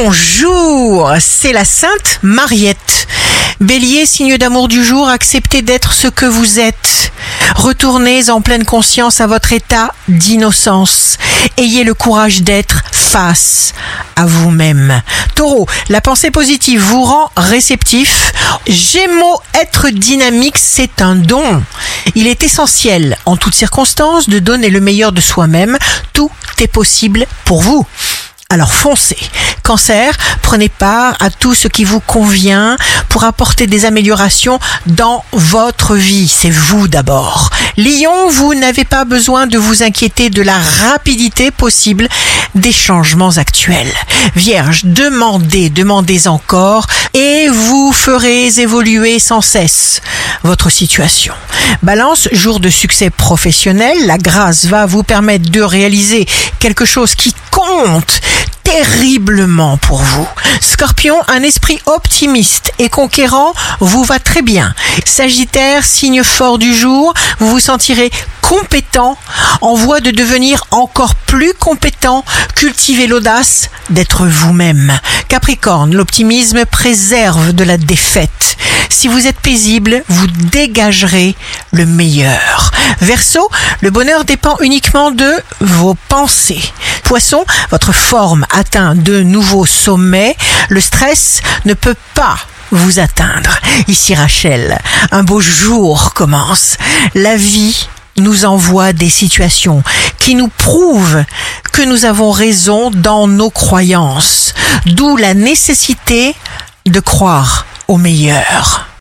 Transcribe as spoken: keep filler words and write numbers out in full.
Bonjour, c'est la Sainte Mariette. Bélier, signe d'amour du jour, acceptez d'être ce que vous êtes. Retournez en pleine conscience à votre état d'innocence. Ayez le courage d'être face à vous-même. Taureau, la pensée positive vous rend réceptif. Gémeaux, être dynamique, c'est un don. Il est essentiel, en toutes circonstances, de donner le meilleur de soi-même. Tout est possible pour vous. Alors foncez. Cancer, prenez part à tout ce qui vous convient pour apporter des améliorations dans votre vie. C'est vous d'abord. Lion, vous n'avez pas besoin de vous inquiéter de la rapidité possible des changements actuels. Vierge, demandez, demandez encore et vous ferez évoluer sans cesse votre situation. Balance, jour de succès professionnel, la grâce va vous permettre de réaliser quelque chose qui compte terriblement pour vous. Scorpion, un esprit optimiste et conquérant vous va très bien. Sagittaire, signe fort du jour, vous vous sentirez compétent, en voie de devenir encore plus compétent. Cultivez l'audace d'être vous-même. Capricorne, l'optimisme préserve de la défaite. Si vous êtes paisible, vous dégagerez le meilleur. Verseau, le bonheur dépend uniquement de vos pensées. Poisson, votre forme atteint de nouveaux sommets. Le stress ne peut pas vous atteindre. Ici Rachel, un beau jour commence. La vie nous envoie des situations qui nous prouvent que nous avons raison dans nos croyances. D'où la nécessité de croire au meilleur.